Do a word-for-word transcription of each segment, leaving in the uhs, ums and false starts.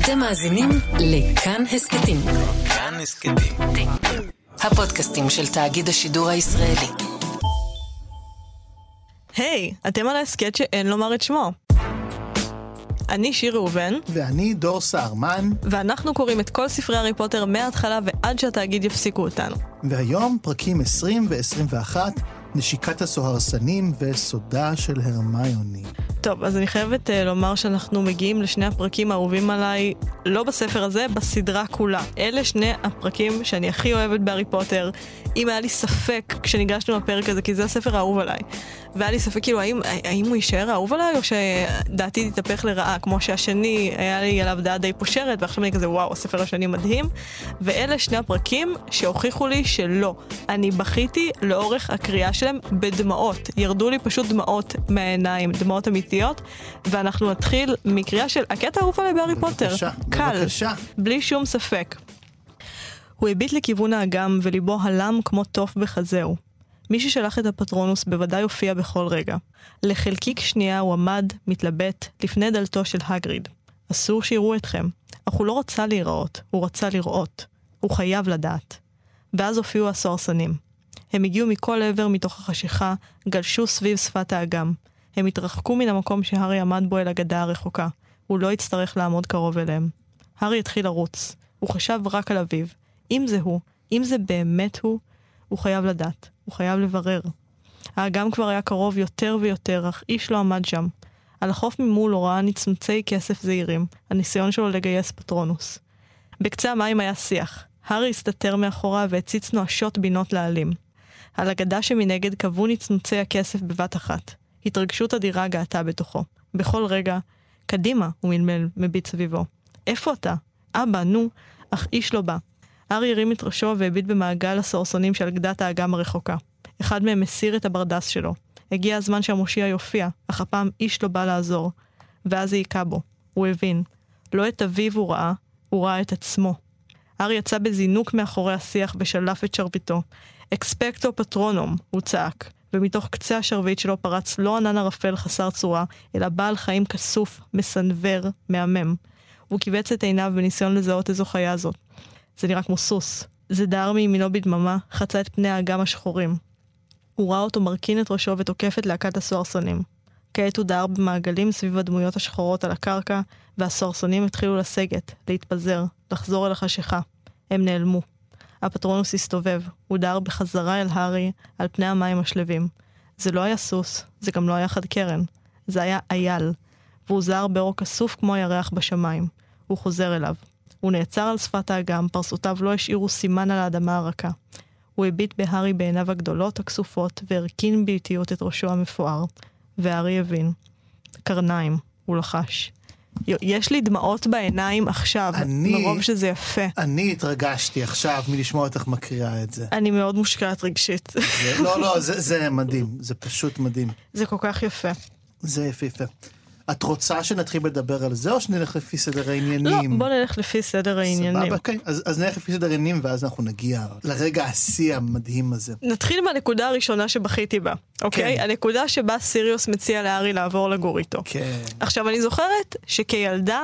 אתם מאזינים לכאן הסקטים. כאן הסקטים. הפודקאסטים של תאגיד השידור הישראלי. היי, hey, אתם על ההסקט שאין לומר את שמו. אני שיר ראובן. ואני דור סערמן. ואנחנו קוראים את כל ספרי הארי פוטר מההתחלה ועד שהתאגיד יפסיקו אותנו. והיום פרקים עשרים ו-עשרים ואחת, נשיקת הסוהרסנים וסודה של הרמיוני. טוב, אז אני חייבת uh, לומר שאנחנו מגיעים לשני הפרקים האהובים עליי, לא בספר הזה, בסדרה כולה. אלה שני הפרקים שאני הכי אוהבת בהארי פוטר. אם היה לי ספק כשניגשנו לפרק הזה, כי זה הספר האהוב עליי, והיה לי ספק כאילו, האם, האם הוא יישאר האהוב עליי, או שדעתי תתהפך לרעה, כמו שהשני היה לי עליו דעה די פושרת, ועכשיו אני כזה, וואו, הספר השני מדהים. ואלה שני הפרקים שהוכיחו לי שלא. אני בכיתי לאורך הקריאה שלהם בדמעות. ירדו לי פשוט דמעות מהעיניים, דמעות אמיתיות, ואנחנו נתחיל מקריאה של הקטע האהוב עליי בהארי פוטר. בבקשה, קל, בבקשה. בלי שום ספק. הוא הביט לכיוון האגם וליבו הלם כמו תוף בחזהו. מי ששלח את הפטרונוס בוודאי הופיע בכל רגע. לחלקיק שנייה הוא עמד, מתלבט, לפני דלתו של הגריד. אסור שיראו אתכם. אך הוא לא רצה להיראות, הוא רצה לראות. הוא חייב לדעת. ואז הופיעו הסוהרסנים. הם הגיעו מכל עבר מתוך החשיכה, גלשו סביב שפת האגם. הם התרחקו מן המקום שהרי עמד בו אל הגדה הרחוקה. הוא לא יצטרך לעמוד קרוב אליהם. הרי התחיל לרוץ. הוא חשב רק על אביו. אם זה הוא, אם זה באמת הוא, הוא חייב לדעת. הוא חייב לברר. האגם כבר היה קרוב יותר ויותר, אך איש לא עמד שם. על החוף ממול הוא ראה נצמצי כסף זעירים, הניסיון שלו לגייס פטרונוס. בקצה המים היה שיח. הרי הסתתר מאחורה והציץ נואשות בינות לעלים. על הגדה שמנגד קבעו נצמצי הכסף בבת אחת. התרגשות אדירה געתה בתוכו. בכל רגע, קדימה, הוא מלמל, מביט סביבו. איפה אתה? אבא, נו, אך איש לא בא. ארי הרים את ראשו והביט במעגל הסוהרסנים של גדת האגם הרחוקה. אחד מהם מסיר את הברדס שלו. הגיע הזמן שהמושיע יופיע, אך הפעם איש לא בא לעזור. ואז היא עיקה בו. הוא הבין. לא את אביו הוא ראה, הוא ראה את עצמו. ארי יצא בזינוק מאחורי השיח ושלף את שרביטו. אקספקטו פטרונום, הוא צעק. ומתוך קצה השרביט שלו פרץ לא ענן ערפל חסר צורה, אלא בעל חיים כסוף, מסנבר, מהמם. הוא קיבץ את עיניו בניסיון לזהות איזו חיה זאת. זה נראה כמו סוס. זה דהר מימינו בדממה, חצה את פני האגם השחורים. הוא ראה אותו מרכין את ראשו ותוקף את להקת הסוהרסנים. כעת הוא דהר במעגלים סביב הדמויות השחורות על הקרקע, והסוהרסנים התחילו לסגת, להתפזר, לחזור אל החשיכה. הם נעלמו. הפטרונוס הסתובב. הוא דהר בחזרה אל הארי, על פני המים השלבים. זה לא היה סוס, זה גם לא היה חד קרן. זה היה אייל, והוא זהר באור כסוף כמו הירח בשמיים. הוא חוזר אליו. הוא נעצר על שפת האגם, פרסותיו לא השאירו סימן על האדמה הרכה. הוא הביט בהארי בעיניו הגדולות הכסופות, והרכין באיטיות את ראשו המפואר. והארי הבין. קרניים, הוא לחש. יש לי דמעות בעיניים עכשיו, אני, מרוב שזה יפה. אני התרגשתי עכשיו מלשמוע אותך מקריאה את זה. אני מאוד מושקעת רגשית. זה, לא, לא, זה, זה מדהים. זה פשוט מדהים. זה כל כך יפה. זה יפה יפה. את רוצה שנתחיל לדבר על זה, או שנלך לפי סדר העניינים? לא, בוא נלך לפי סדר העניינים. סבבה, אוקיי. אז, אז נלך לפי סדר העניינים, ואז אנחנו נגיע לרגע השיא המדהים הזה. נתחיל מהנקודה הראשונה שבכיתי בה, אוקיי? כן. הנקודה שבה סיריוס מציע להארי לעבור לגור איתו. כן. עכשיו, אני זוכרת שכילדה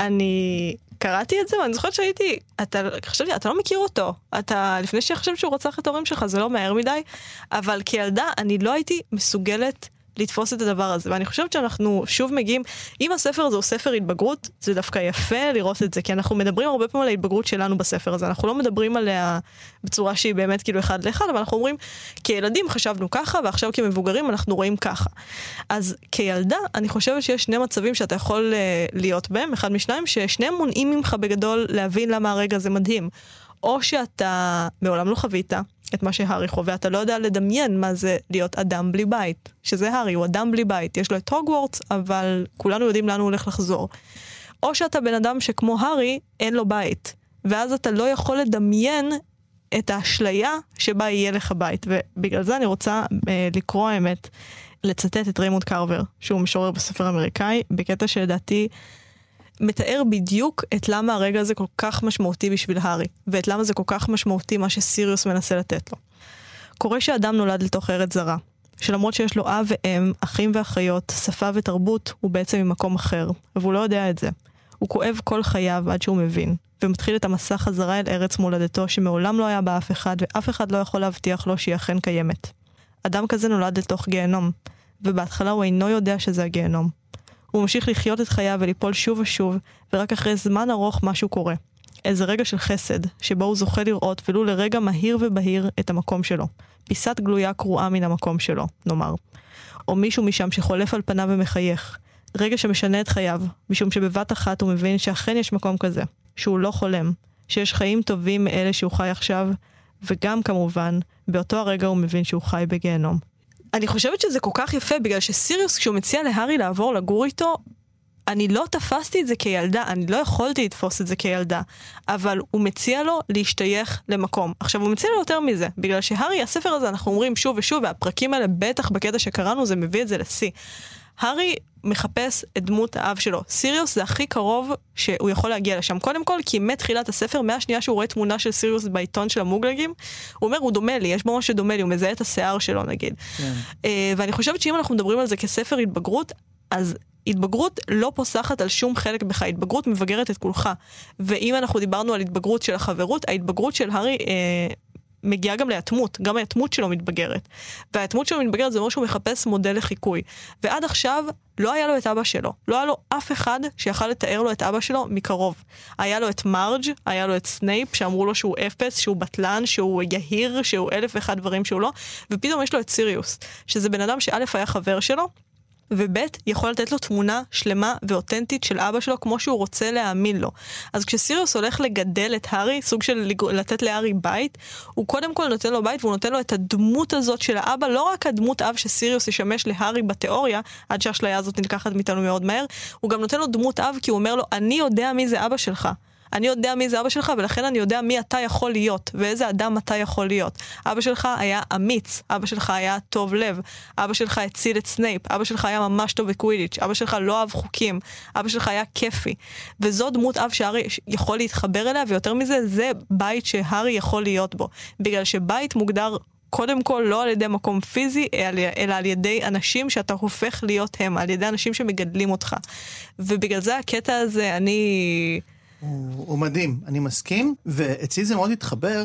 אני קראתי את זה, ואני זוכרת שהייתי, אתה, חשבתי, אתה לא מכיר אותו. אתה, לפני שחשבת שהוא רצח את ההורים שלך, זה לא מהר מדי, אבל כילדה אני לא הייתי מסוגלת לתפוס את הדבר הזה, ואני חושבת שאנחנו שוב מגיעים, אם הספר הזה הוא ספר התבגרות, זה דווקא יפה לראות את זה, כי אנחנו מדברים הרבה פעמים על ההתבגרות שלנו בספר הזה, אנחנו לא מדברים עליה בצורה שהיא באמת כאילו אחד לאחד, אבל אנחנו אומרים, כילדים חשבנו ככה, ועכשיו כמבוגרים אנחנו רואים ככה. אז כילדה, אני חושבת שיש שני מצבים שאתה יכול להיות בהם, אחד משניים, ששניהם מונעים ממך בגדול להבין למה הרגע הזה מדהים. או שאתה מעולם לא חווית את מה שהארי חווה, אתה לא יודע לדמיין מה זה להיות אדם בלי בית, שזה הארי, הוא אדם בלי בית, יש לו את הוגוורטס, אבל כולנו יודעים לאן הוא הולך לחזור. או שאתה בן אדם שכמו הארי, אין לו בית, ואז אתה לא יכול לדמיין את האשליה שבה יהיה לך בית, ובגלל זה אני רוצה אה, לקרוא האמת, לצטט את ריימונד קרבר, שהוא משורר בספר אמריקאי, בקטע שלדעתי מתאר בדיוק את למה הרגע הזה כל כך משמעותי בשביל הארי, ואת למה זה כל כך משמעותי מה שסיריוס מנסה לתת לו. קורה שאדם נולד לתוך ארץ זרה, שלמרות שיש לו אב ואם, אחים ואחיות, שפה ותרבות, הוא בעצם ממקום אחר, והוא לא יודע את זה. הוא כואב כל חייו עד שהוא מבין, ומתחיל את המסע חזרה אל ארץ מולדתו שמעולם לא היה בה אף אחד, ואף אחד לא יכול להבטיח לו שהיא אכן קיימת. אדם כזה נולד לתוך גיהנום, ובהתחלה הוא אינו יודע שזה הגיהנום. הוא ממשיך לחיות את חייו וליפול שוב ושוב, ורק אחרי זמן ארוך משהו קורה. איזה רגע של חסד, שבו הוא זוכה לראות ולו לרגע מהיר ובהיר את המקום שלו. פיסת גלויה קרועה מן המקום שלו, נאמר. או מישהו משם שחולף על פניו ומחייך. רגע שמשנה את חייו, משום שבבת אחת הוא מבין שאכן יש מקום כזה, שהוא לא חולם, שיש חיים טובים מאלה שהוא חי עכשיו, וגם כמובן, באותו הרגע הוא מבין שהוא חי בגיהנום. אני חושבת שזה כל כך יפה, בגלל שסיריוס, כשהוא מציע להרי לעבור לגור איתו, אני לא תפסתי את זה כילדה, אני לא יכולתי לתפוס את זה כילדה, אבל הוא מציע לו להשתייך למקום. עכשיו, הוא מציע לו יותר מזה, בגלל שהרי, הספר הזה אנחנו אומרים שוב ושוב, והפרקים האלה בטח בקטע שקראנו, זה מביא את זה לשיא. הרי מחפש את דמות האב שלו. סיריוס זה הכי קרוב שהוא יכול להגיע לשם. קודם כל, כי מתחילת הספר, מהשנייה שהוא רואה תמונה של סיריוס בעיתון של המוגלגים, הוא אומר, הוא דומה לי, יש בו משהו דומה לי, הוא מזהה את השיער שלו, נגיד. כן. ואני חושבת שאם אנחנו מדברים על זה כספר התבגרות, אז התבגרות לא פוסחת על שום חלק בך, התבגרות מבגרת את כולך. ואם אנחנו דיברנו על התבגרות של החברות, ההתבגרות של הרי אה, מגיעה גם להתמות, גם ההתמות שלו מתבגרת. וההתמות שלו מתבגרת זה אומר שהוא מחפש מודל לחיקוי. ועד עכשיו לא היה לו את אבא שלו. לא היה לו אף אחד שיכל לתאר לו את אבא שלו מקרוב. היה לו את מרג', היה לו את סנייפ, שאמרו לו שהוא אפס, שהוא בטלן, שהוא יהיר, שהוא אלף ואחד דברים שהוא לא. ופתאום יש לו את סיריוס, שזה בן אדם שא' היה חבר שלו, וב' יכול לתת לו תמונה שלמה ואותנטית של אבא שלו כמו שהוא רוצה להאמין לו. אז כשסיריוס הולך לגדל את הרי, סוג של לתת להרי בית, הוא קודם כל נותן לו בית והוא נותן לו את הדמות הזאת של האבא, לא רק הדמות אב שסיריוס ישמש להרי בתיאוריה, עד שהאשליה הזאת נלקחת מאיתנו מאוד מהר, הוא גם נותן לו דמות אב כי הוא אומר לו, אני יודע מי זה אבא שלך. אני יודע מי זה אבא שלך, ולכן אני יודע מי אתה יכול להיות, ואיזה אדם אתה יכול להיות. אבא שלך היה אמיץ, אבא שלך היה טוב לב, אבא שלך הציל את סנייפ, אבא שלך היה ממש טוב בקווידיץ', אבא שלך לא אהב חוקים, אבא שלך היה כיפי. וזו דמות אב שהרי יכול להתחבר אליה, ויותר מזה, זה בית שהרי יכול להיות בו. בגלל שבית מוגדר קודם כל לא על ידי מקום פיזי, אלא על ידי אנשים שאתה הופך להיות הם, על ידי אנשים שמגדלים אותך. ובגלל זה הקטע הזה, אני... הוא, הוא מדהים, אני מסכים, ואצלי זה מאוד התחבר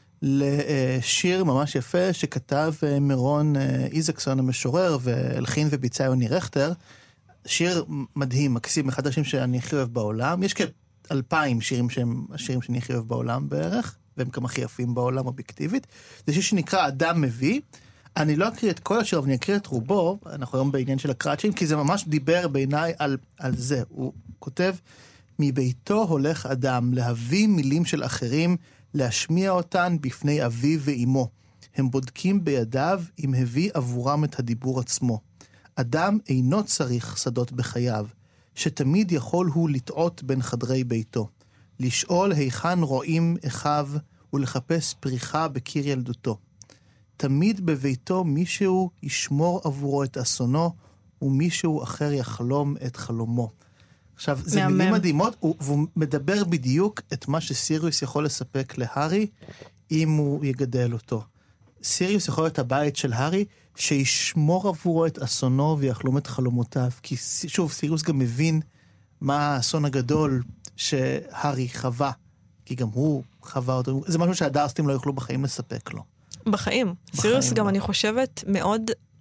לשיר ממש יפה שכתב מירון איזקסון המשורר, והלחין וביצע יוני רכטר, שיר מדהים, מקסים, אחד השירים שאני הכי אוהב בעולם, יש כאלפיים שירים שהם השירים שאני הכי אוהב בעולם בערך, והם כמה הכי יפים בעולם אובייקטיבית, זה שיר שנקרא אדם מביא, אני לא אקריא את כל השיר, אבל אני אקריא את רובו, אנחנו היום בעניין של הקראצ'ים, כי זה ממש דיבר בעיניי על, על זה, הוא כותב, מביתו הולך אדם להביא מילים של אחרים, להשמיע אותן בפני אביו ואימו. הם בודקים בידיו אם הביא עבורם את הדיבור עצמו. אדם אינו צריך שדות בחייו, שתמיד יכול הוא לטעות בין חדרי ביתו. לשאול היכן רואים אחיו ולחפש פריחה בקיר ילדותו. תמיד בביתו מישהו ישמור עבורו את אסונו, ומישהו אחר יחלום את חלומו. עכשיו, זה מהמם. מילים מדהימות, והוא מדבר בדיוק את מה שסיריוס יכול לספק להרי, אם הוא יגדל אותו. סיריוס יכול להיות הבית של הרי, שישמור עבורו את אסונו ויחלום את חלומותיו. כי שוב, סיריוס גם מבין מה האסון הגדול שהרי חווה, כי גם הוא חווה אותו. זה משהו שהדרסטים לא יוכלו בחיים לספק לו. בחיים. בחיים סיריוס לא. גם אני חושבת מאוד...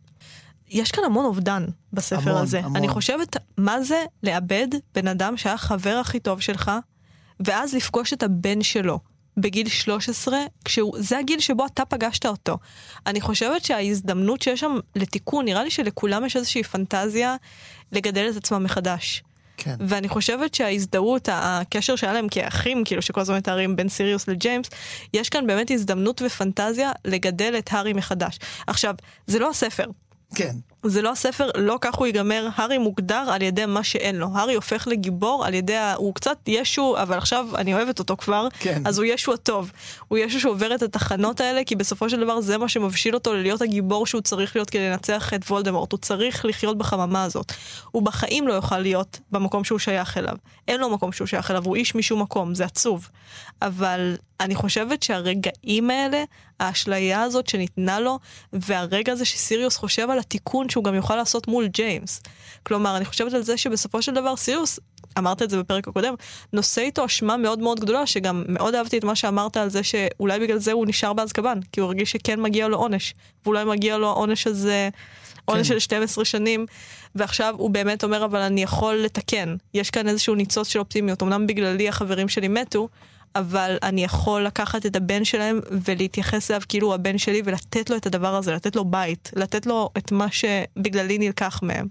יש כאן המון אובדן בספר המון, הזה. המון. אני חושבת מה זה לאבד בן אדם שהיה חבר הכי טוב שלך, ואז לפגוש את הבן שלו בגיל שלוש עשרה, כשהוא, זה הגיל שבו אתה פגשת אותו. אני חושבת שההזדמנות שיש שם לתיקון, נראה לי שלכולם יש איזושהי פנטזיה לגדל את עצמם מחדש. כן. ואני חושבת שההזדהות, הקשר שהיה להם כאחים, כאילו שכל הזמן מתארים בין סיריוס לג'יימס, יש כאן באמת הזדמנות ופנטזיה לגדל את הרי מחדש. עכשיו, זה לא הספר. כן. זה לא הספר, לא כך הוא ייגמר, הרי מוגדר על ידי מה שאין לו. הרי הופך לגיבור על ידי, הוא קצת ישו, אבל עכשיו אני אוהבת אותו כבר, כן. אז הוא ישו הטוב. הוא ישו שעובר את התחנות האלה, כי בסופו של דבר זה מה שמבשיל אותו להיות הגיבור שהוא צריך להיות כדי לנצח את וולדמורט. הוא צריך לחיות בחממה הזאת. הוא בחיים לא יוכל להיות במקום שהוא שייך אליו. אין לו מקום שהוא שייך אליו, הוא איש משום מקום, זה עצוב. אבל אני חושבת שהרגעים האלה, האשליה הזאת שניתנה לו, והרגע הזה שסיריוס חושב על התיקון שהוא גם יוכל לעשות מול ג'יימס. כלומר, אני חושבת על זה שבסופו של דבר סיריוס, אמרת את זה בפרק הקודם, נושא איתו אשמה מאוד מאוד גדולה, שגם מאוד אהבתי את מה שאמרת על זה, שאולי בגלל זה הוא נשאר באזקבאן, כי הוא הרגיש שכן מגיע לו עונש, ואולי מגיע לו העונש הזה, עונש של שתים עשרה שנים, ועכשיו הוא באמת אומר, אבל אני יכול לתקן. יש כאן איזשהו ניצוץ של אופטימיות, אמנם בגללי החברים שלי מתו, אבל אני יכול לקחת את הבן שלהם ולהתייחס אליו כאילו הוא הבן שלי, ולתת לו את הדבר הזה, לתת לו בית, לתת לו את מה שבגללי נלקח מהם.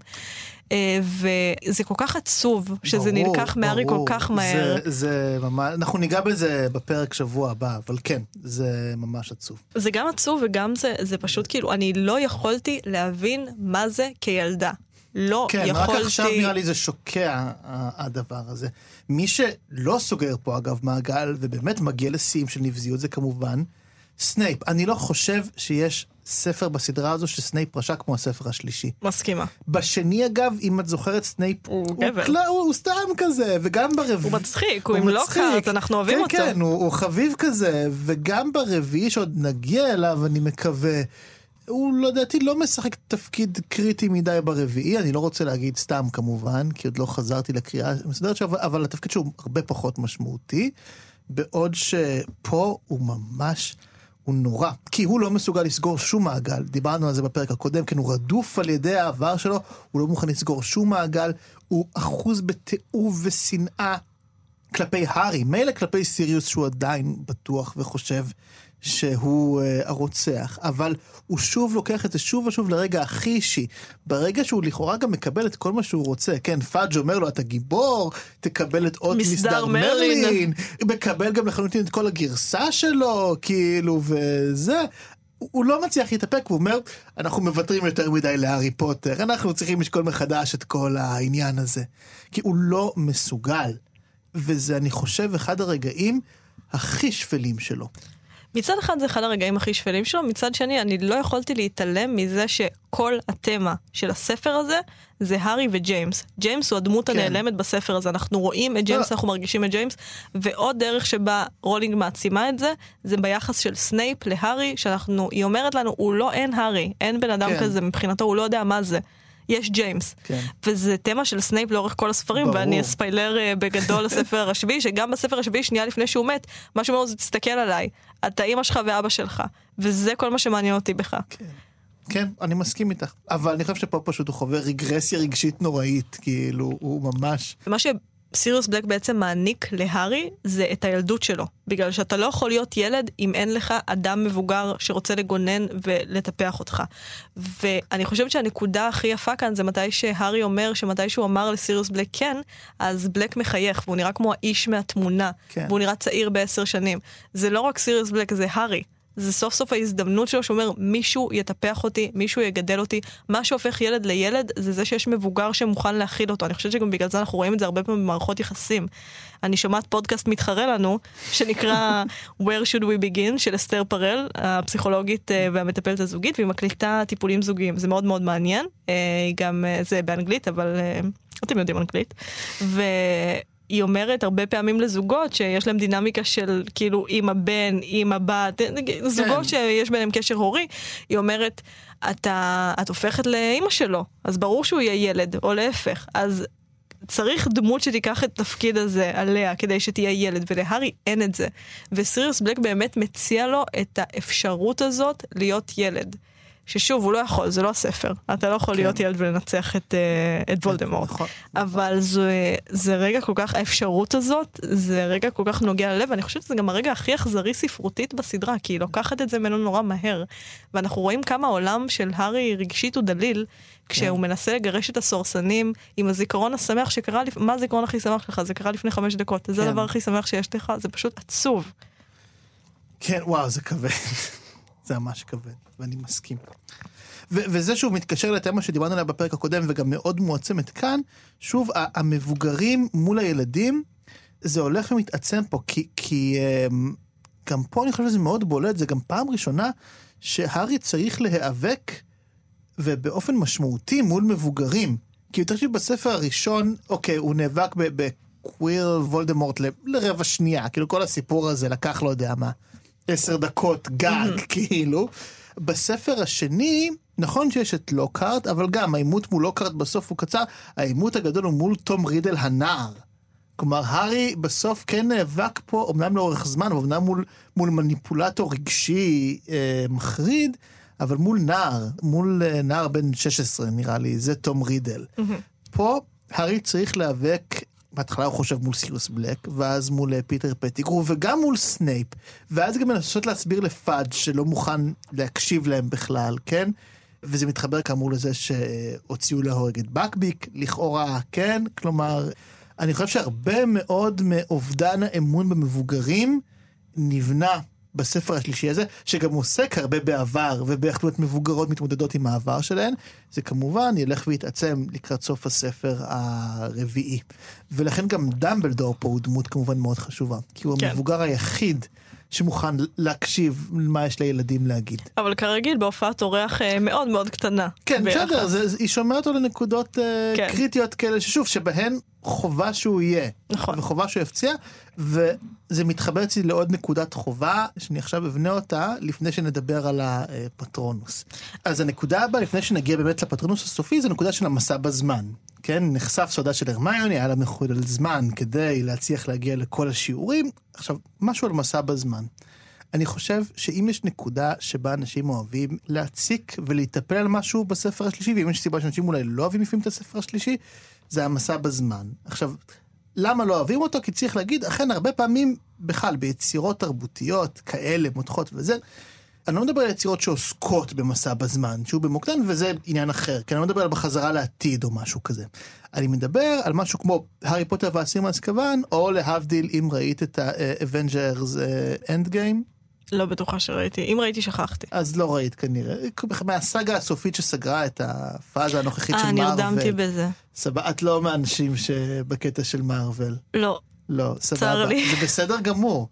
וזה כל כך עצוב שזה ברור, נלקח מהרי כל כך מהר. זה, זה ממש, אנחנו ניגע בזה בפרק שבוע הבא, אבל כן, זה ממש עצוב. זה גם עצוב וגם זה, זה פשוט כאילו, אני לא יכולתי להבין מה זה כילדה. לא כן, יכולתי... רק עכשיו נראה לי זה שוקע הדבר הזה. מי שלא סוגר פה אגב מעגל, ובאמת מגיע לשיאים של נבזיות, זה כמובן סנייפ. אני לא חושב שיש ספר בסדרה הזו שסנייפ רשע כמו הספר השלישי. מסכימה. בשני אגב, אם את זוכרת, סנייפ הוא הוא, גבר. הוא, הוא, הוא סתם כזה, וגם ברביעי... הוא מצחיק, הוא עם לוקהרט, אנחנו אוהבים כן, אותו. כן, הוא, הוא חביב כזה, וגם ברביעי שעוד נגיע אליו, אני מקווה... הוא לא דעתי לא משחק תפקיד קריטי מדי ברביעי, אני לא רוצה להגיד סתם כמובן, כי עוד לא חזרתי לקריאה מסודרת שלו, אבל, אבל התפקיד שהוא הרבה פחות משמעותי, בעוד שפה הוא ממש, הוא נורא, כי הוא לא מסוגל לסגור שום מעגל, דיברנו על זה בפרק הקודם, כן, הוא רדוף על ידי העבר שלו, הוא לא מוכן לסגור שום מעגל, הוא אחוז בתיעוב ושנאה כלפי הארי, מילא כלפי סיריוס שהוא עדיין בטוח וחושב שהוא uh, הרוצח, אבל הוא שוב לוקח את זה שוב ושוב לרגע הכי אישי, ברגע שהוא לכאורה גם מקבל את כל מה שהוא רוצה, כן, פאג' אומר לו, אתה גיבור, תקבל את עוד מסדר, מסדר מרלין, מרלין, מקבל גם לחלוטין את כל הגרסה שלו, כאילו, וזה, הוא לא מצליח להתאפק, הוא אומר, אנחנו מוותרים יותר מדי להארי פוטר, אנחנו צריכים לשקול מחדש את כל העניין הזה, כי הוא לא מסוגל, וזה אני חושב אחד הרגעים הכי שפלים שלו. מצד אחד זה אחד הרגעים הכי שפלים שלו, מצד שני אני לא יכולתי להתעלם מזה שכל התמה של הספר הזה זה הארי וג'יימס. ג'יימס הוא הדמות כן. הנעלמת בספר הזה, אנחנו רואים את ג'יימס, אנחנו מרגישים את ג'יימס, ועוד דרך שבה רולינג מעצימה את זה, זה ביחס של סנייפ להארי, שאנחנו, היא אומרת לנו, הוא לא אין הארי, אין בן אדם כן. כזה, מבחינתו הוא לא יודע מה זה. יש ג'יימס. כן. וזה תמה של סנייפ לאורך כל הספרים, ברור. ואני אספיילר בגדול לספר השביעי, שגם בספר השביעי, שנייה לפני שהוא מת, מה שאומר זה, תסתכל עליי, אתה אמא שלך ואבא שלך, וזה כל מה שמעניין אותי בך. כן, כן, אני מסכים איתך, אבל אני חושב שפה פשוט הוא חווה רגרסיה רגשית נוראית, כאילו, הוא ממש... ומה ש... סיריוס בלק בעצם מעניק להארי זה את הילדות שלו, בגלל שאתה לא יכול להיות ילד אם אין לך אדם מבוגר שרוצה לגונן ולטפח אותך. ואני חושבת שהנקודה הכי יפה כאן זה מתי שהארי אומר שמתי שהוא אמר לסיריוס בלק כן, אז בלק מחייך, והוא נראה כמו האיש מהתמונה, כן. והוא נראה צעיר בעשר שנים. זה לא רק סיריוס בלק, זה הארי. זה סוף סוף ההזדמנות שלו שאומר, מישהו יטפח אותי, מישהו יגדל אותי, מה שהופך ילד לילד זה זה שיש מבוגר שמוכן להכיל אותו. אני חושבת שגם בגלל זה אנחנו רואים את זה הרבה פעמים במערכות יחסים. אני שומעת פודקאסט מתחרה לנו, שנקרא Where Should We Begin, של אסתר פרל, הפסיכולוגית והמטפלת הזוגית, והיא מקליטה טיפולים זוגיים. זה מאוד מאוד מעניין, גם זה באנגלית, אבל אתם יודעים אנגלית. ו... היא אומרת הרבה פעמים לזוגות שיש להם דינמיקה של כאילו אמא בן, אמא בת, זוגות שיש ביניהם קשר הורי, היא אומרת, אתה, את הופכת לאמא שלו, אז ברור שהוא יהיה ילד, או להפך, אז צריך דמות שתיקח את תפקיד הזה עליה, כדי שתהיה ילד, ולהארי אין את זה. וסיריוס בלק באמת מציע לו את האפשרות הזאת להיות ילד. ששוב, הוא לא יכול, זה לא הספר. אתה לא יכול להיות ילד ולנצח את, את וולדמורט. אבל זה, זה רגע כל כך, האפשרות הזאת, זה רגע כל כך נוגע ללב, ואני חושבת שזה גם הרגע הכי אכזרי ספרותית בסדרה, כי היא לוקחת את זה ממנו נורא מהר. ואנחנו רואים כמה העולם של הארי רגשית הוא דליל, כשהוא מנסה לגרש את הסורסנים עם הזיכרון השמח שקרה, מה הזיכרון הכי שמח לך? זה קרה לפני חמש דקות. זה הדבר הכי שמח שיש לך, זה פשוט עצוב. כן, וואו, זה כבד. זה ממש כבד, ואני מסכים. ו- וזה שוב מתקשר לתמה שדיברנו עליה בפרק הקודם, וגם מאוד מועצמת כאן, שוב, המבוגרים מול הילדים, זה הולך ומתעצם פה, כי, כי גם פה אני חושב שזה מאוד בולט, זה גם פעם ראשונה שהארי צריך להיאבק, ובאופן משמעותי מול מבוגרים. כי יותר שבספר הראשון, אוקיי, הוא נאבק בקוויל וולדמורט ל- לרבע שנייה, כאילו כל הסיפור הזה לקח לא יודע מה. עשר דקות גג, כאילו. בספר השני, נכון שיש את לוקהרט, אבל גם העימות מול לוקהרט בסוף הוא קצר, העימות הגדול הוא מול תום רידל הנער. כלומר, הארי בסוף כן נאבק פה, אמנם לאורך זמן, אמנם מול, מול מניפולטור רגשי אה, מחריד, אבל מול נער, מול אה, נער בן שש עשרה נראה לי, זה תום רידל. Mm-hmm. פה הארי צריך להיאבק, בהתחלה הוא חושב מול סיריוס בלק, ואז מול פיטר פטיגרו, וגם מול סנייפ, ואז גם מנסות להסביר לפאדג' שלא מוכן להקשיב להם בכלל, כן? וזה מתחבר כאמור לזה שהוציאו להורג את בקביק, לכאורה, כן? כלומר, אני חושב שהרבה מאוד מאובדן האמון במבוגרים נבנה בספר השלישי הזה, שגם עוסק הרבה בעבר, ובאיך דמות מבוגרות מתמודדות עם העבר שלהן, זה כמובן ילך ויתעצם לקראת סוף הספר הרביעי. ולכן גם דמבלדור פה הוא דמות כמובן מאוד חשובה, כי הוא כן. המבוגר היחיד שמוכן להקשיב מה יש לילדים להגיד. אבל כרגיל בהופעת אורח מאוד מאוד קטנה. כן, בסדר, היא שומעת אותו לנקודות כן. קריטיות כאלה, ששוב, שבהן חובה שהוא יהיה. נכון. וחובה שהוא יפציע, וזה מתחבר אצלי לעוד נקודת חובה, שאני עכשיו אבנה אותה, לפני שנדבר על הפטרונוס. אז הנקודה הבאה, לפני שנגיע באמת לפטרונוס הסופי, זה נקודה של המסע בזמן. כן, נחשף סודה של הרמיוני, היה לה מחויב על זמן, כדי להצליח להגיע לכל השיעורים. עכשיו, משהו על מסע בזמן. אני חושב שאם יש נקודה שבה אנשים אוהבים להציק ולהתאפל על משהו בספר השלישי, ואם יש סיבה שאנשים אולי לא אוהבים לפעמים את הספר השלישי, זה המסע בזמן. עכשיו, למה לא אוהבים אותו? כי צריך להגיד, אכן הרבה פעמים בכלל, ביצירות תרבותיות כאלה, מותחות וזה, אני לא מדבר על יצירות שעוסקות במסע בזמן, שהוא במוקדן, וזה עניין אחר, כי אני לא מדבר על בחזרה לעתיד או משהו כזה. אני מדבר על משהו כמו הארי פוטר והאסיר מאזקבאן, או להבדיל אם ראית את ה-Avengers Endgame. לא בטוחה שראיתי. אם ראיתי, שכחתי. אז לא ראית כנראה. מהסאגה הסופית שסגרה את הפאזה הנוכחית של מארוול. אה, נרדמתי בזה. סבבה, את לא מהאנשים שבקטע של מארוול. לא. לא, סבבה. זה בסדר גמור.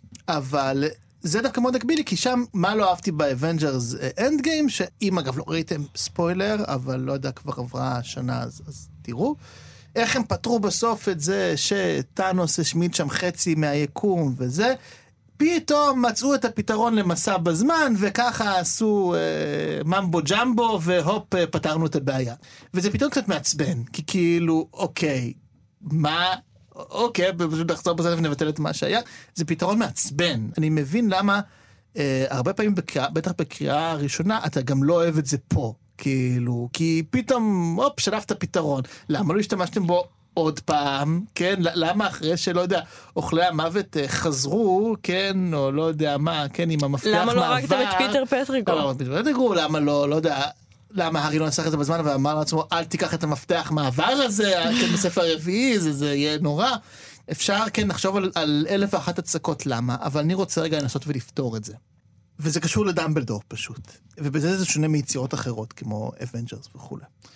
אבל זה דווקא מאוד הקבילי, כי שם מה לא אהבתי ב-Avengers Endgame, שאם אגב לא ראיתם ספוילר, אבל לא יודע, כבר עברה שנה, אז, אז תראו. איך הם פתרו בסוף את זה שטאנוס השמיד שם חצי מהיקום וזה, פתאום מצאו את הפתרון למסע בזמן, וככה עשו אה, ממבו ג'מבו, והופ, אה, פתרנו את הבעיה. וזה פתאום קצת מעצבן, כי כאילו, אוקיי, מה, אוקיי, פשוט נחזור בזה ונבטל את מה שהיה, זה פתרון מעצבן. אני מבין למה, אה, הרבה פעמים, בקריאה, בטח בקריאה הראשונה, אתה גם לא אוהב את זה פה, כאילו, כי פתאום, הופ, שלפת פתרון. למה לא השתמשתם בו עוד פעם, כן? למה אחרי שלא יודע, אוכלי המוות חזרו, כן? או לא יודע מה, כן? עם המפתח מעבר. למה לא הרגתם את פיטר פטריגרו? לא, פיטר פטריגרו, למה לא, לא יודע, למה הארי לא נסח את זה בזמן ואמר לעצמו, אל תיקח את המפתח מעבר הזה, כן, בספר הרביעי, זה, זה יהיה נורא. אפשר, כן, לחשוב על, על אלף ואחת הצקות למה, אבל אני רוצה רגע לנסות ולפתור את זה. וזה קשור לדמבלדור פשוט. ובזה זה שונה מיצירות אחרות, כמו Avengers וכו'.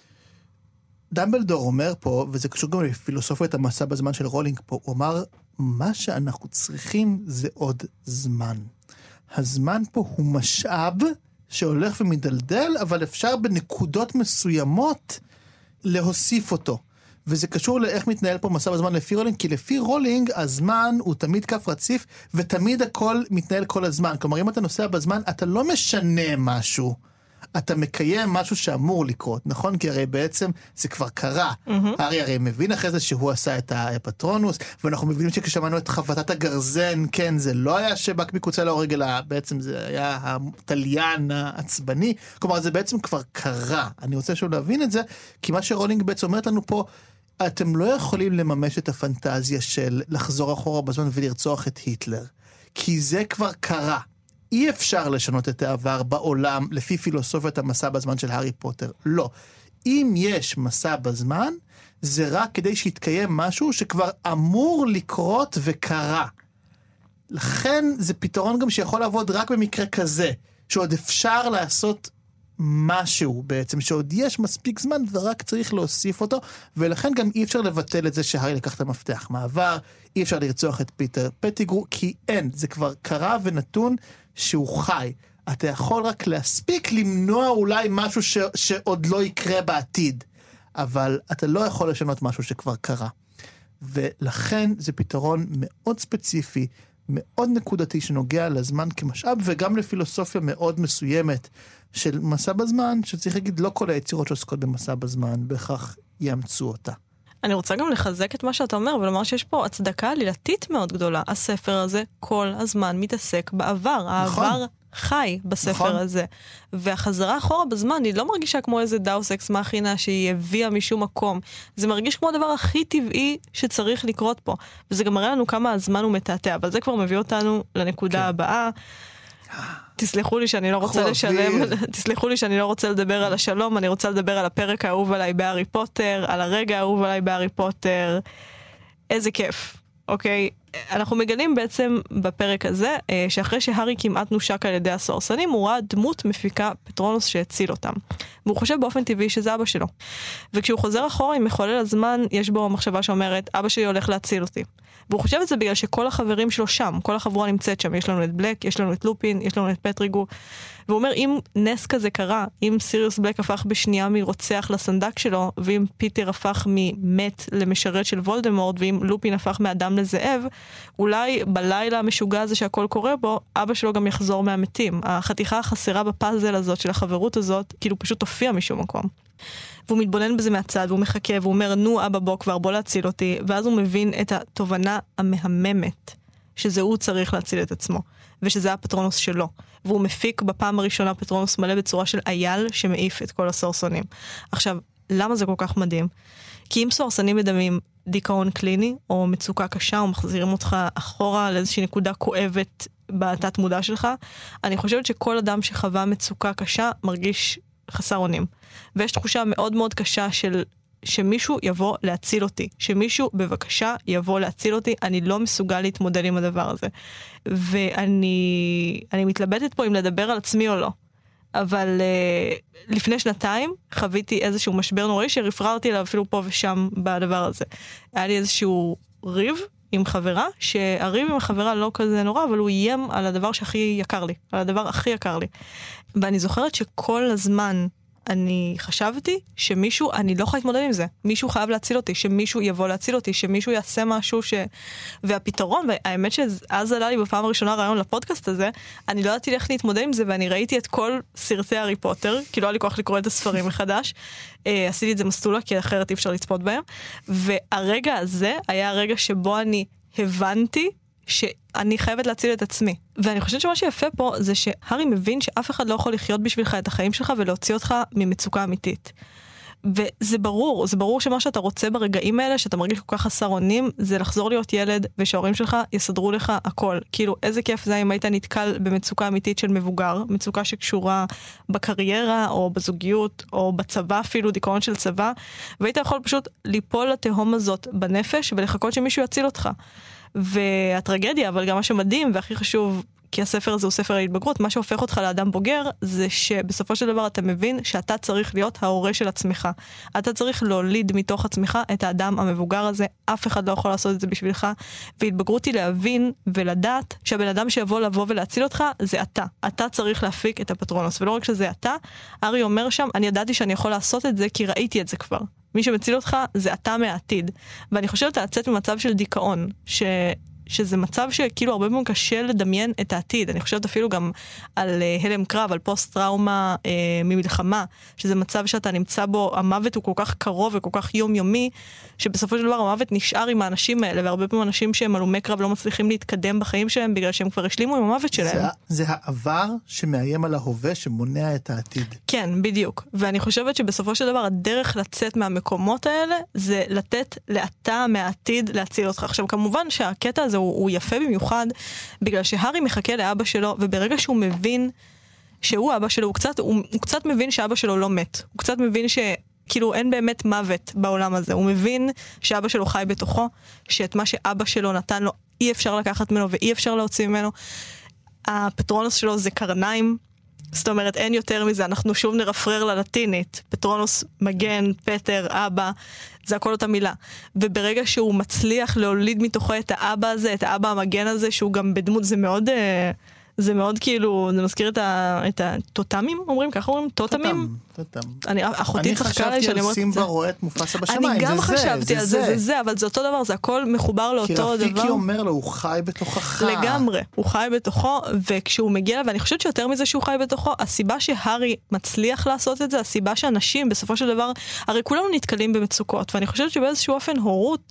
דמבלדור אומר פה, וזה קשור גם לפילוסופיית המסע בזמן של רולינג פה, הוא אמר, מה שאנחנו צריכים זה עוד זמן. הזמן פה הוא משאב שהולך ומדלדל, אבל אפשר בנקודות מסוימות להוסיף אותו. וזה קשור לאיך מתנהל פה מסע בזמן לפי רולינג, כי לפי רולינג הזמן הוא תמיד כף רציף, ותמיד הכל מתנהל כל הזמן. כלומר, אם אתה נוסע בזמן, אתה לא משנה משהו. אתה מקיים משהו שאמור לקרות, נכון? כי הרי בעצם זה כבר קרה. Mm-hmm. הרי הרי מבין אחרי זה שהוא עשה את הפטרונוס, ואנחנו מבינים שכששמענו את חבטת הגרזן, כן, זה לא היה שבקביק הוצא להורג, אלא בעצם זה היה הטליין העצבני. כלומר, זה בעצם כבר קרה. אני רוצה שוב להבין את זה, כי מה שרולינג בעצם אומרת לנו פה, אתם לא יכולים לממש את הפנטזיה של לחזור אחורה בזמן ולרצוח את היטלר. כי זה כבר קרה. אי אפשר לשנות את העבר בעולם לפי פילוסופיית המסע בזמן של הארי פוטר. לא. אם יש מסע בזמן, זה רק כדי שיתקיים משהו שכבר אמור לקרות וקרה. לכן זה פתרון גם שיכול לעבוד רק במקרה כזה, שעוד אפשר לעשות משהו בעצם, שעוד יש מספיק זמן ורק צריך להוסיף אותו, ולכן גם אי אפשר לבטל את זה שהארי לקח את המפתח מעבר, אי אפשר לרצוח את פיטר פטיגרו, כי אין, זה כבר קרה ונתון שהוא חי. אתה יכול רק להספיק למנוע אולי משהו ש, שעוד לא יקרה בעתיד, אבל אתה לא יכול לשנות משהו שכבר קרה. ולכן זה פתרון מאוד ספציפי, מאוד נקודתי שנוגע לזמן כמשאב, וגם לפילוסופיה מאוד מסוימת של מסע בזמן, שצריך להגיד לא כל היצירות שעוסקות במסע בזמן, בהכרח יאמצו אותה. אני רוצה גם לחזק את מה שאתה אומר, ולומר שיש פה הצדקה עלילתית מאוד גדולה. הספר הזה כל הזמן מתעסק בעבר. נכון. העבר חי בספר נכון. הזה. והחזרה אחורה בזמן, היא לא מרגישה כמו איזה דאוס אקס מאכינה שהיא הביאה משום מקום. זה מרגיש כמו הדבר הכי טבעי שצריך לקרות פה. וזה גם מראה לנו כמה הזמן הוא מתעתע, אבל זה כבר מביא אותנו לנקודה כן. הבאה. תסלחו לי שאני לא רוצה לשלם, תסלחו לי שאני לא רוצה לדבר על השלום, אני רוצה לדבר על הפרק האהוב עליי בהארי פוטר, על הרגע האהוב עליי בהארי פוטר. איזה כיף, אוקיי? אנחנו מגלים בעצם בפרק הזה, שאחרי שהארי כמעט נושק על ידי הסורסנים, הוא ראה דמות מפיקה פטרונוס שהציל אותם. והוא חושב באופן טבעי שזה אבא שלו. וכשהוא חוזר אחורה עם מחולל הזמן, יש בו מחשבה שאומרת, אבא שלי הולך להציל אותי. והוא חושב את זה בגלל שכל החברים שלו שם, כל החבורה נמצאת שם, יש לנו את בלק, יש לנו את לופין, יש לנו את פטריגו, והוא אומר, אם נס כזה קרה, אם סיריוס בלק הפך בשנייה מרוצח לסנדק שלו, ואם פיטר הפך ממת למשרת של וולדמורט, ואם לופין הפך מאדם לזאב, אולי בלילה המשוגע הזה שהכל קורה בו, אבא שלו גם יחזור מהמתים. החתיכה החסרה בפאזל הזאת של החברות הזאת, כאילו פשוט הופיע משום מקום. והוא מתבונן בזה מהצד, והוא מחכה, והוא אומר, נו אבא בוא כבר, בוא להציל אותי, ואז הוא מבין את התובנה המהממת, שזה הוא צריך להציל את עצמו, ושזה הפטרונוס שלו. והוא מפיק בפעם הראשונה פטרונוס מלא בצורה של אייל שמעיף את כל הסורסונים. עכשיו, למה זה כל כך מדהים? כי אם סורסנים מדמים דיכאון קליני, או מצוקה קשה, או מחזירים אותך אחורה לאיזושהי נקודה כואבת בתת מודע שלך, אני חושבת שכל אדם שחווה מצוקה קשה מרגיש חסר אונים. ויש תחושה מאוד מאוד קשה של שמישהו יבוא להציל אותי. שמישהו בבקשה יבוא להציל אותי. אני לא מסוגל להתמודד עם הדבר הזה. ואני אני מתלבטת פה אם לדבר על עצמי או לא. אבל uh, לפני שנתיים חוויתי איזשהו משבר נוראי שרפררתי עליו אפילו פה ושם בדבר הזה. היה לי איזשהו ריב עם חברה, שהריב עם החברה לא כזה נורא, אבל הוא איים על הדבר שהכי יקר לי. על הדבר הכי יקר לי. ואני זוכרת שכל הזמן אני חשבתי שמישהו, אני לא יכולה להתמודד עם זה. מישהו חייב להציל אותי, שמישהו יבוא להציל אותי, שמישהו יעשה משהו ש... והפתרון, והאמת שאז עלה לי בפעם הראשונה רעיון לפודקאסט הזה, אני לא ידעתי איך להתמודד עם זה, ואני ראיתי את כל סרטי הארי פוטר, כי לא היה לי כוח לקרוא את הספרים מחדש. עשיתי את זה מסלולה, כי אחרת אי אפשר לצפות בהם. והרגע הזה היה הרגע שבו אני הבנתי שאני חייבת להציל את עצמי. ואני חושבת שמה שיפה פה זה שהארי מבין שאף אחד לא יכול לחיות בשבילך את החיים שלך ולהוציא אותך ממצוקה אמיתית. וזה ברור, זה ברור שמה שאתה רוצה ברגעים האלה, שאתה מרגיש כל כך חסר אונים, זה לחזור להיות ילד ושההורים שלך יסדרו לך הכל. כאילו, איזה כיף זה אם היית נתקל במצוקה אמיתית של מבוגר, מצוקה שקשורה בקריירה או בזוגיות או בצבא אפילו, דיכאון של צבא, והיית יכול פשוט ליפול לתהום הזאת בנפש ולחכות שמישהו יציל אותך. והטרגדיה, אבל גם מה שמדהים והכי חשוב, כי הספר הזה הוא ספר ההתבגרות, מה שהופך אותך לאדם בוגר, זה שבסופו של דבר אתה מבין שאתה צריך להיות ההורה של עצמך. אתה צריך להוליד מתוך עצמך את האדם המבוגר הזה, אף אחד לא יכול לעשות את זה בשבילך, והתבגרות היא להבין ולדעת שהבן אדם שיבוא לבוא ולהציל אותך, זה אתה. אתה צריך להפיק את הפטרונוס, ולא רק שזה אתה, הארי אומר שם, אני ידעתי שאני יכול לעשות את זה, כי ראיתי את זה כבר. מי שמציל אותך זה אתה מהעתיד. ואני חושבת לצאת ממצב של דיכאון, ש... שזה מצב שכאילו הרבה פעמים קשה לדמיין את העתיד. אני חושבת אפילו גם על uh, הלם קרב, על פוסט טראומה uh, ממלחמה, שזה מצב שאתה נמצא בו, המוות הוא כל כך קרוב וכל כך יומיומי, שבסופו של דבר המוות נשאר עם האנשים האלה, והרבה פעמים אנשים שהם הלומי קרב לא מצליחים להתקדם בחיים שלהם, בגלל שהם כבר השלימו עם המוות שלהם. זה, זה העבר שמאיים על ההווה שמונע את העתיד. כן, בדיוק. ואני חושבת שבסופו של דבר הדרך לצאת מהמקומות האלה, זה לתת לאתה מהעתיד להציל אותך. עכשיו כמובן שהקטע הזה הוא, הוא יפה במיוחד, בגלל שהארי מחכה לאבא שלו, וברגע שהוא מבין שהוא אבא שלו, הוא קצת, הוא, הוא קצת מבין שאבא שלו לא מת. הוא קצת מבין שכאילו אין באמת מוות בעולם הזה. הוא מבין שאבא שלו חי בתוכו, שאת מה שאבא שלו נתן לו אי אפשר לקחת ממנו ואי אפשר להוציא ממנו. הפטרונוס שלו זה קרניים, זאת אומרת אין יותר מזה, אנחנו שוב נרפרר ללטינית, פטרונוס, מגן, פטר, אבא, זה הכל אותה מילה. וברגע שהוא מצליח להוליד מתוכו את האבא הזה, את האבא המגן הזה, שהוא גם בדמות, זה מאוד, זה מאוד כאילו, זה מזכיר את, ה, את הטוטמים, אומרים, ככה אומרים, טוטמים? טוטם, טוטם. אני, אחותי צחקה עליי שאני אומרת... אני חשבתי על סימבה רואה את מופסה בשמיים, אני גם זה חשבתי זה, על זה, זה, זה זה, אבל זה אותו דבר, זה הכל מחובר לאותו דבר. כי רפיקי אומר לו, הוא חי בתוכך. לגמרי, הוא חי בתוכו, וכשהוא מגיע, ואני חושבת שיותר מזה שהוא חי בתוכו, הסיבה שהארי מצליח לעשות את זה, הסיבה שאנשים בסופו של דבר, הרי כולנו נתקלים במצוקות, ואני חושבת שבאיזשהו אופן הורות,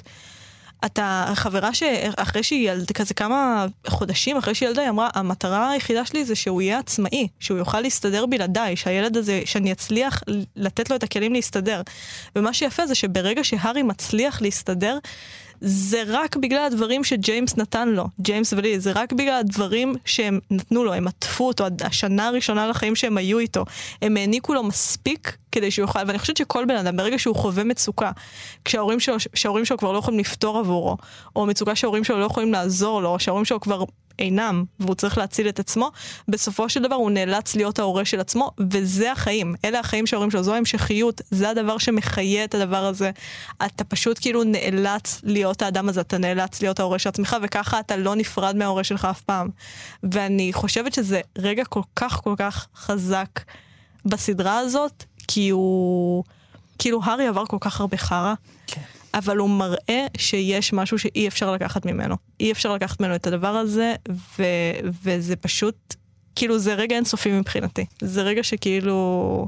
אתה חברה שאחרי שהיא ילדה, כזה כמה חודשים אחרי שהיא ילדה, היא אמרה, המטרה היחידה שלי זה שהוא יהיה עצמאי, שהוא יוכל להסתדר בלעדיי, שהילד הזה, שאני אצליח לתת לו את הכלים להסתדר. ומה שיפה זה שברגע שהארי מצליח להסתדר, זה רק בגלל הדברים שג'יימס נתן לו, ג'יימס ולי, זה רק בגלל הדברים שהם נתנו לו, הם עטפו אותו, השנה הראשונה לחיים שהם היו איתו, הם העניקו לו מספיק כדי שהוא יוכל, ואני חושבת שכל בן אדם, ברגע שהוא חווה מצוקה, כשההורים שלו, שההורים שלו כבר לא יכולים לפתור עבורו, או מצוקה שההורים שלו לא יכולים לעזור לו, או שההורים שלו כבר אינם, והוא צריך להציל את עצמו, בסופו של דבר הוא נאלץ להיות ההורה של עצמו, וזה החיים, אלה החיים שההורים שלו, זו ההמשכיות, זה הדבר שמחיה את הדבר הזה, אתה פשוט כאילו נאלץ להיות האדם הזה, אתה נאלץ להיות ההורה של עצמך, וככה אתה לא נפרד מההורה שלך אף פעם, ואני חושבת שזה רגע כל כך כל כך חזק בסדרה הזאת, כי הוא, כאילו הארי עבר כל כך הרבה חרה, כן. אבל הוא מראה שיש משהו שאי אפשר לקחת ממנו. אי אפשר לקחת ממנו את הדבר הזה, ו- וזה פשוט, כאילו זה רגע אינסופי מבחינתי. זה רגע שכאילו,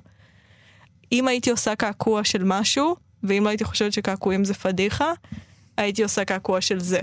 אם הייתי עושה קעקוע של משהו, ואם לא הייתי חושבת שקעקועים זה פדיחה, הייתי עושה קעקוע של זה.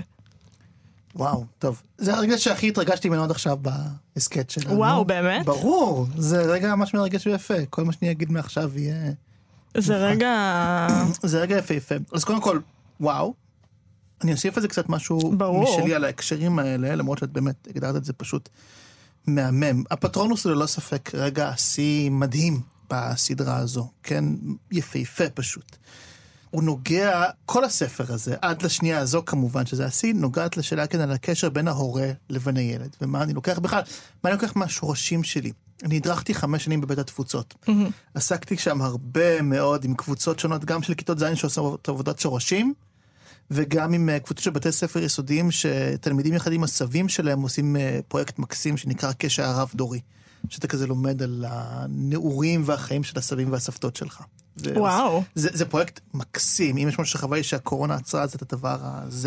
וואו, טוב. זה הרגע שהכי התרגשתי ממנו עד עכשיו בהסקט שלנו. וואו, באמת? ברור. זה רגע ממש מרגש ויפה. כל מה שאני אגיד מעכשיו יהיה... זה רגע... זה רגע יפה יפה. אז קודם כל, וואו. אני אוסיף על זה קצת משהו ברור. משלי על ההקשרים האלה, למרות שאת באמת הגדרת את זה פשוט מהמם. הפטרונוס הוא ללא ספק רגע עשי מדהים בסדרה הזו. כן, יפה יפה פשוט. הוא נוגע, כל הספר הזה, עד לשנייה הזו כמובן, שזה עשי, נוגעת לשאלה כאן על הקשר בין ההורה לבין הילד. ומה אני לוקח בכלל? מה אני לוקח מהשורשים שלי? אני הדרכתי חמש שנים בבית התפוצות. Mm-hmm. עסקתי שם הרבה מאוד עם קבוצות שונות, גם של כיתות זין שעושות עבודת שורשים, וגם עם קבוצות של בתי ספר יסודיים, שתלמידים יחד עם הסבים שלהם עושים פרויקט מקסים שנקרא קשר הרב דורי. שאתה כזה לומד על הנעורים והחיים של הסבים והסבתות שלך. וואו. זה, זה פרויקט מקסים. אם יש משהו שחווה לי שהקורונה עצרה, זה את הדבר הזה.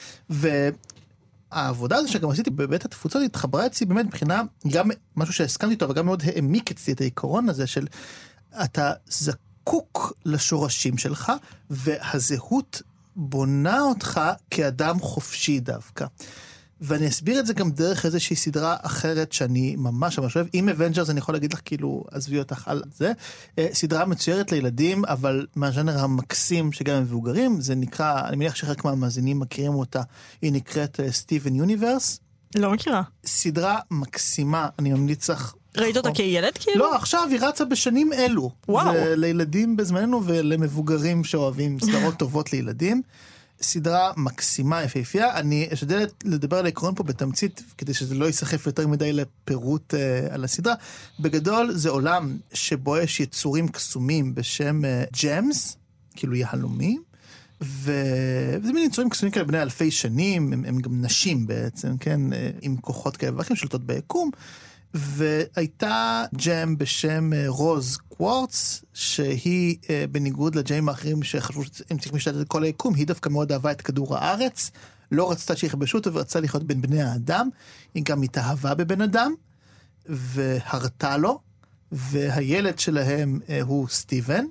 והעבודה הזו שגם עשיתי בבית התפוצות, התחברה אצלי באמת מבחינה, גם משהו שהסכמתי אותו, אבל גם מאוד העמיק אצלי את העיקרון הזה של, אתה זקוק לשורשים שלך, והזהות בונה אותך כאדם חופשי דווקא. ואני אסביר את זה גם דרך איזושהי סדרה אחרת שאני ממש ממש אוהב. עם אבנג'רס אני יכול להגיד לך כאילו, עזבי אותך על זה. סדרה מצוירת לילדים, אבל מהז'אנר המקסים שגם הם מבוגרים, זה נקרא, אני מניח שחלק מהמאזינים מכירים אותה, היא נקראת סטיבן יוניברס. לא מכירה. סדרה מקסימה, אני ממליץ לך. ראית אותה כילד כאילו? לא, עכשיו היא רצה בשנים אלו. וואו. זה לילדים בזמננו ולמבוגרים שאוהבים סדרות טובות לילדים. סדרה מקסימה יפהפייה. אני אשתדל לדבר על העקרון פה בתמצית, כדי שזה לא ייסחף יותר מדי לפירוט uh, על הסדרה. בגדול זה עולם שבו יש יצורים קסומים בשם uh, ג'מס, כאילו יהלומים, ו... וזה מין יצורים קסומים כאלה בני אלפי שנים, הם, הם גם נשים בעצם, כן, uh, עם כוחות כאלה ואחרים שלטות ביקום, והייתה ג'ם בשם רוז קוורץ, שהיא בניגוד לג'מים האחרים שחשבו שהם צריכים להשתתף את כל היקום, היא דווקא מאוד אהבה את כדור הארץ, לא רצתה שיכבשו אותו ורצתה לחיות בין בני האדם, היא גם התאהבה בבן אדם, והרתה לו, והילד שלהם הוא סטיבן.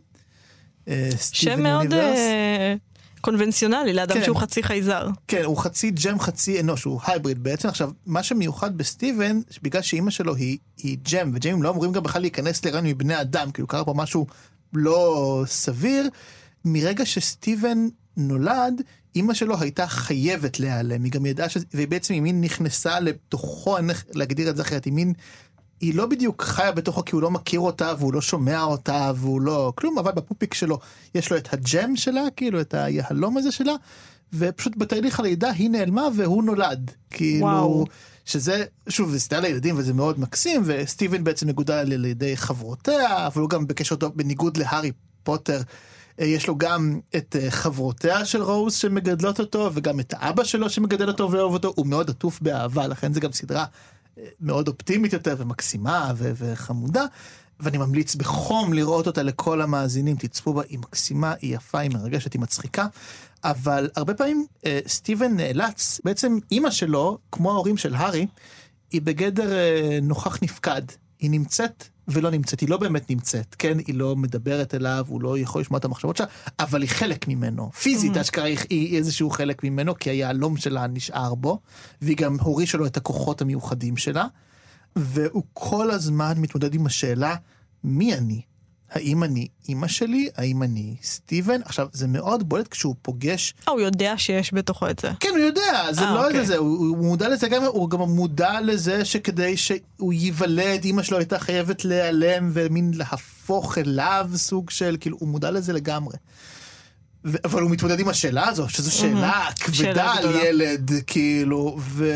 שם מאוד קונבנציונלי, לאדם כן. שהוא חצי חייזר. כן, הוא חצי ג'ם, חצי אנוש, הוא הייבריד בעצם. עכשיו, מה שמיוחד בסטיבן, בגלל שאימא שלו היא, היא ג'ם, וג'מים לא אמורים גם בכלל להיכנס לרן מבני אדם, כאילו קרה פה משהו לא סביר, מרגע שסטיבן נולד, אימא שלו הייתה חייבת להיעלם, היא גם ידעה ש... ובעצם היא מין נכנסה לתוכו, אני להגדיר את זה אחרת, היא מין... היא לא בדיוק חיה בתוכו כי הוא לא מכיר אותה, והוא לא שומע אותה, והוא לא... כלום, אבל בפופיק שלו יש לו את הג'ם שלה, כאילו את היהלום הזה שלה, ופשוט בתהליך הלידה היא נעלמה והוא נולד. כאילו, וואו. שזה, שוב, זה סדרה לילדים וזה מאוד מקסים, וסטיבן בעצם מגודל על ידי חברותיה, אבל הוא גם בקשר טוב, בניגוד להארי פוטר, יש לו גם את חברותיה של רוז שמגדלות אותו, וגם את האבא שלו שמגדל אותו ואוהב אותו, הוא מאוד עטוף באהבה, לכן זה גם סדרה מאוד אופטימית יותר ומקסימה ו- וחמודה, ואני ממליץ בחום לראות אותה לכל המאזינים, תצפו בה, היא מקסימה, היא יפה, היא מרגשת, היא מצחיקה, אבל הרבה פעמים אה, סטיבן נאלץ, בעצם אמא שלו, כמו ההורים של הארי, היא בגדר אה, נוכח נפקד, היא נמצאת ולא נמצאת, היא לא באמת נמצאת, כן, היא לא מדברת אליו, הוא לא יכול לשמוע את המחשבות שלה, אבל היא חלק ממנו, פיזית, mm-hmm. אשכרה היא, היא איזשהו חלק ממנו, כי היעלום שלה נשאר בו, והיא גם הורישה לו את הכוחות המיוחדים שלה, והוא כל הזמן מתמודד עם השאלה, מי אני? האם אני אמא שלי? האם אני סטיבן? עכשיו, זה מאוד בולט כשהוא פוגש... אה, הוא יודע שיש בתוכו את זה. כן, הוא יודע, זה 아, לא אוקיי. זה, הוא, הוא מודע לזה גם, הוא גם מודע לזה שכדי שהוא ייוולד, אמא שלו הייתה חייבת להיעלם, ומין להפוך אליו סוג של, כאילו, הוא מודע לזה לגמרי. ו, אבל הוא מתמודד עם השאלה הזו, שזו שאלה כבדה על ילד, כאילו, ו,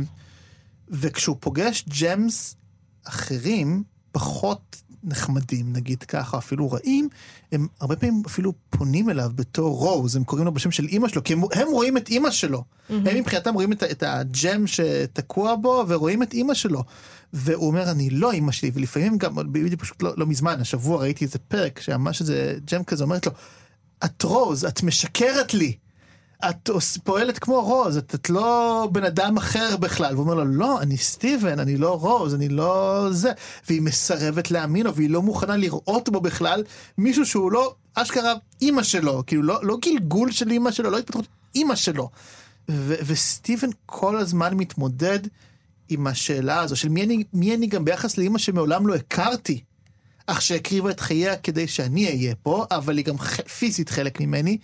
וכשהוא פוגש ג'מס אחרים, פחות נחמדים, נגיד ככה, אפילו רעים, הם הרבה פעמים אפילו פונים אליו בתור רוז, הם קוראים לו בשם של אמא שלו, כי הם, הם רואים את אמא שלו. Mm-hmm. הם מבחינתם רואים את, את הג'ם שתקוע בו, ורואים את אמא שלו. והוא אומר, אני לא אמא שלי, ולפעמים גם, בדיוק פשוט לא, לא מזמן, השבוע ראיתי איזה פרק, שממש איזה ג'ם כזה אומרת לו, את רוז, את משקרת לי. את פועלת כמו רוז, את, את לא בן אדם אחר בכלל. והוא אומר לו, לא, אני סטיבן, אני לא רוז, אני לא זה. והיא מסרבת להאמין לו, והיא לא מוכנה לראות בו בכלל מישהו שהוא לא, אשכרה, אמא שלו, כאילו לא, לא גלגול של אמא שלו, לא התפתחות, אמא שלו. ו, וסטיבן כל הזמן מתמודד עם השאלה הזו, של מי אני, מי אני גם ביחס לאמא שמעולם לא הכרתי, אך שהקריבה את חייה כדי שאני אהיה פה, אבל היא גם פיזית חלק ממני,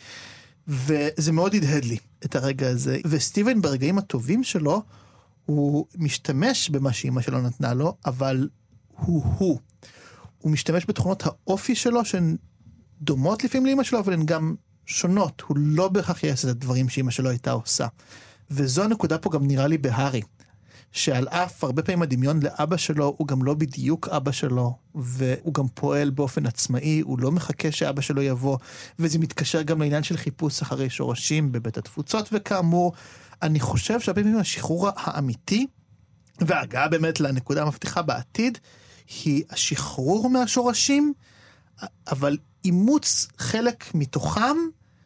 וזה מאוד הדהד לי את הרגע הזה. וסטיבן ברגעים הטובים שלו, הוא משתמש במה שאמא שלו נתנה לו, אבל הוא הוא. הוא משתמש בתכונות האופי שלו, שהן דומות לפעמים לאמא שלו, אבל הן גם שונות. הוא לא בהכרח יעשה את הדברים שאמא שלו הייתה עושה. וזו הנקודה פה גם נראה לי בהארי. שעל אף הרבה פעמים הדמיון לאבא שלו, הוא גם לא בדיוק אבא שלו, והוא גם פועל באופן עצמאי, הוא לא מחכה שאבא שלו יבוא, וזה מתקשר גם לעניין של חיפוש אחרי שורשים בבית התפוצות, וכאמור, אני חושב שהרבה פעמים השחרור האמיתי, וההגעה באמת לנקודה המבטיחה בעתיד, היא השחרור מהשורשים, אבל אימוץ חלק מתוכם,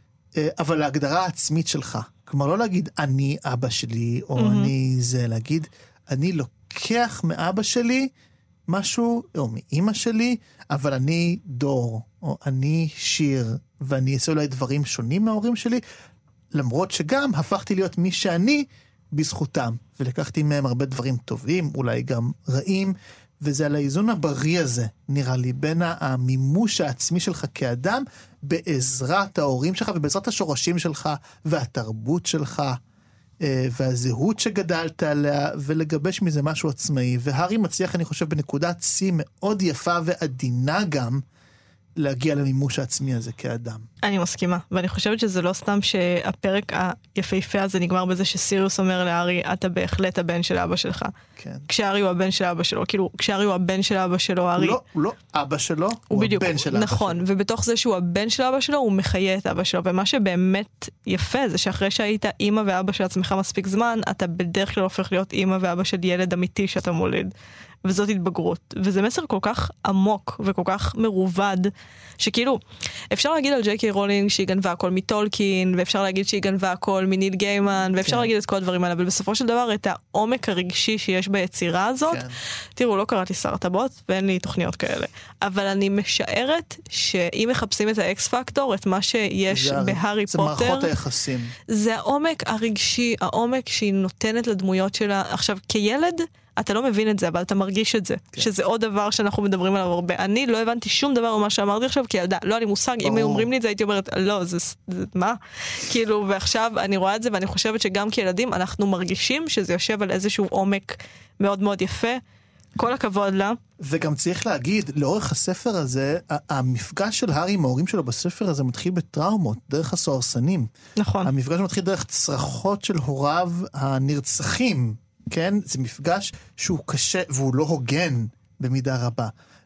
אבל להגדרה העצמית שלך. כלומר, לא להגיד, אני אבא שלי, או mm-hmm. אני זה, להגיד, אני לוקח מאבא שלי משהו, או מאמא שלי, אבל אני דור, או אני שיר, ואני אעשה אולי דברים שונים מההורים שלי, למרות שגם הפכתי להיות מי שאני בזכותם, ולקחתי מהם הרבה דברים טובים, אולי גם רעים, וזה על האיזון הבריא הזה, נראה לי, בין המימוש העצמי שלך כאדם, בעזרת ההורים שלך, ובעזרת השורשים שלך, והתרבות שלך, והזהות שגדלת עליה, ולגבש מזה משהו עצמאי. והארי מצליח, אני חושב, בנקודת צי מאוד יפה ועדינה גם, להגיע למימוש העצמי הזה כאדם. אני מסכימה, ואני חושבת שזה לא סתם שהפרק היפהפה הזה נגמר בזה שסיריוס אומר לארי, אתה בהחלט הבן של אבא שלך. כן. כשארי הוא הבן של אבא שלו, כאילו, כשארי הוא הבן של אבא שלו, ארי... הוא לא, הוא לא אבא שלו, הוא, הוא בדיוק, הבן של אבא נכון, שלו. ובתוך זה שהוא הבן של אבא שלו, הוא מחיה את אבא שלו, ומה שבאמת יפה זה שאחרי שהיית אמא ואבא של עצמך מספיק זמן, אתה בדרך כלל הופך להיות אמא ואבא של ילד אמיתי שאתה מוליד. וזאת התבגרות. וזה מסר כל כך עמוק וכל כך מרובד, שכאילו, אפשר להגיד על ג'יי קיי רולינג שהיא גנבה הכל מטולקין, ואפשר להגיד שהיא גנבה הכל מניל גיימן, ואפשר כן. להגיד את כל הדברים האלה, אבל בסופו של דבר, את העומק הרגשי שיש ביצירה הזאת, כן. תראו, לא קראתי שר הטבות, ואין לי תוכניות כאלה. אבל אני משערת שאם מחפשים את האקס פקטור, את מה שיש בהארי זה פוטר, זה מערכות היחסים. זה העומק הרגשי, העומק שהיא נותנת לדמויות שלה. עכשיו, כילד, אתה לא מבין את זה, אבל אתה מרגיש את זה. כן. שזה עוד דבר שאנחנו מדברים עליו הרבה. אני לא הבנתי שום דבר ממה שאמרתי עכשיו, כי ילדה, לא, אני מושג, אם אומרים לי את זה, הייתי אומרת, לא, זה, זה מה? כאילו, ועכשיו אני רואה את זה, ואני חושבת שגם כילדים, אנחנו מרגישים שזה יושב על איזשהו עומק מאוד מאוד יפה. כל הכבוד לה. וגם צריך להגיד, לאורך הספר הזה, המפגש של הארי עם ההורים שלו בספר הזה מתחיל בטראומות, דרך הסוהרסנים. נכון. המפגש מתחיל דרך צרחות של הוריו הנרצחים, כן? זה מפגש שהוא קשה, והוא לא הוגן במידה רבה.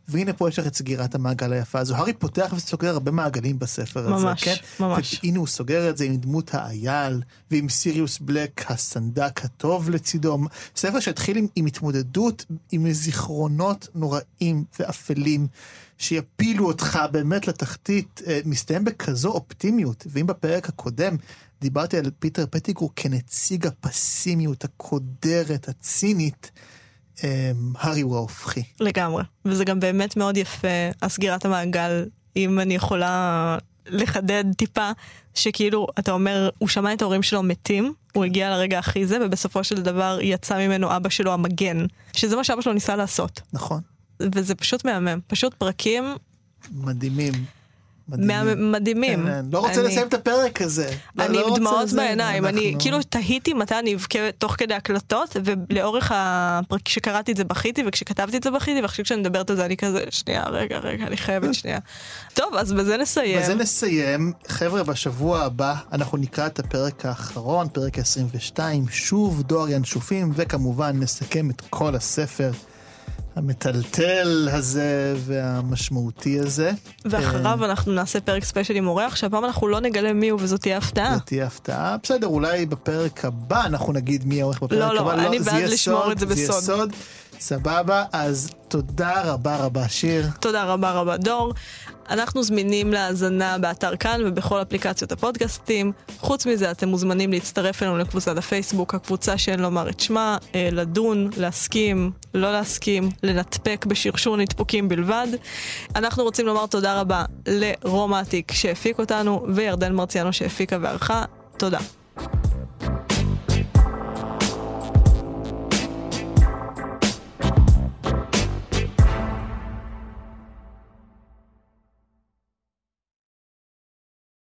והנה פה יש לך את סגירת המעגל היפה הזו. הארי פותח וסוגר הרבה מעגלים בספר ממש, הזה, ממש, כן? ממש. והנה הוא סוגר את זה עם דמות האייל, ועם סיריוס בלק, הסנדק הטוב לצידו. ספר שהתחיל עם, עם התמודדות, עם זיכרונות נוראים ואפלים, שיפילו אותך באמת לתחתית, מסתיים בכזו אופטימיות. ואם בפרק הקודם דיברתי על פיטר פטיגרו כנציג הפסימיות, הקודרת, הצינית, הארי הוא ההופכי. לגמרי. וזה גם באמת מאוד יפה, הסגירת המעגל, אם אני יכולה לחדד טיפה, שכאילו, אתה אומר, הוא שמע את ההורים שלו מתים, הוא הגיע לרגע הכי זה, ובסופו של דבר יצא ממנו אבא שלו המגן, שזה מה שאבא שלו ניסה לעשות. נכון. וזה פשוט מהמם. פשוט פרקים מדהימים. מדהימים. מדהימים. לא רוצה לסיים את הפרק הזה. אני עם דמעות בעיניים. אני כאילו תהיתי מתי אני אבכה תוך כדי הקלטות, ולאורך הפרק שקראתי את זה בכיתי, וכשכתבתי את זה בכיתי, ועכשיו כשאני מדברת על זה אני כזה, שנייה, רגע, רגע, אני חייבת שנייה. טוב, אז בזה נסיים. בזה נסיים. חבר'ה, בשבוע הבא אנחנו נקרא את הפרק האחרון, פרק עשרים ושתיים, שוב דואר ינשופים, וכמובן נסכם את כל הספר המטלטל הזה והמשמעותי הזה. ואחריו אנחנו נעשה פרק ספיישל עם אורח, שהפעם אנחנו לא נגלה מי הוא וזאת תהיה הפתעה. זאת תהיה הפתעה. בסדר, אולי בפרק הבא אנחנו נגיד מי האורך בפרק הבא. לא, לא, אני בעד לשמור את זה בסוד. זה יהיה סוד. סבבה, אז תודה רבה רבה שיר. תודה רבה רבה דור. אנחנו זמינים להאזנה באתר כאן ובכל אפליקציות הפודקאסטים. חוץ מזה, אתם מוזמנים להצטרף אלינו לקבוצת הפייסבוק, הקבוצה שאין לומר את שמה, לדון, להסכים, לא להסכים, לנתפק בשרשור נתפוקים בלבד. אנחנו רוצים לומר תודה רבה לרומא עתיק שהפיק אותנו, וירדן מרציאנו שהפיקה וערכה. תודה.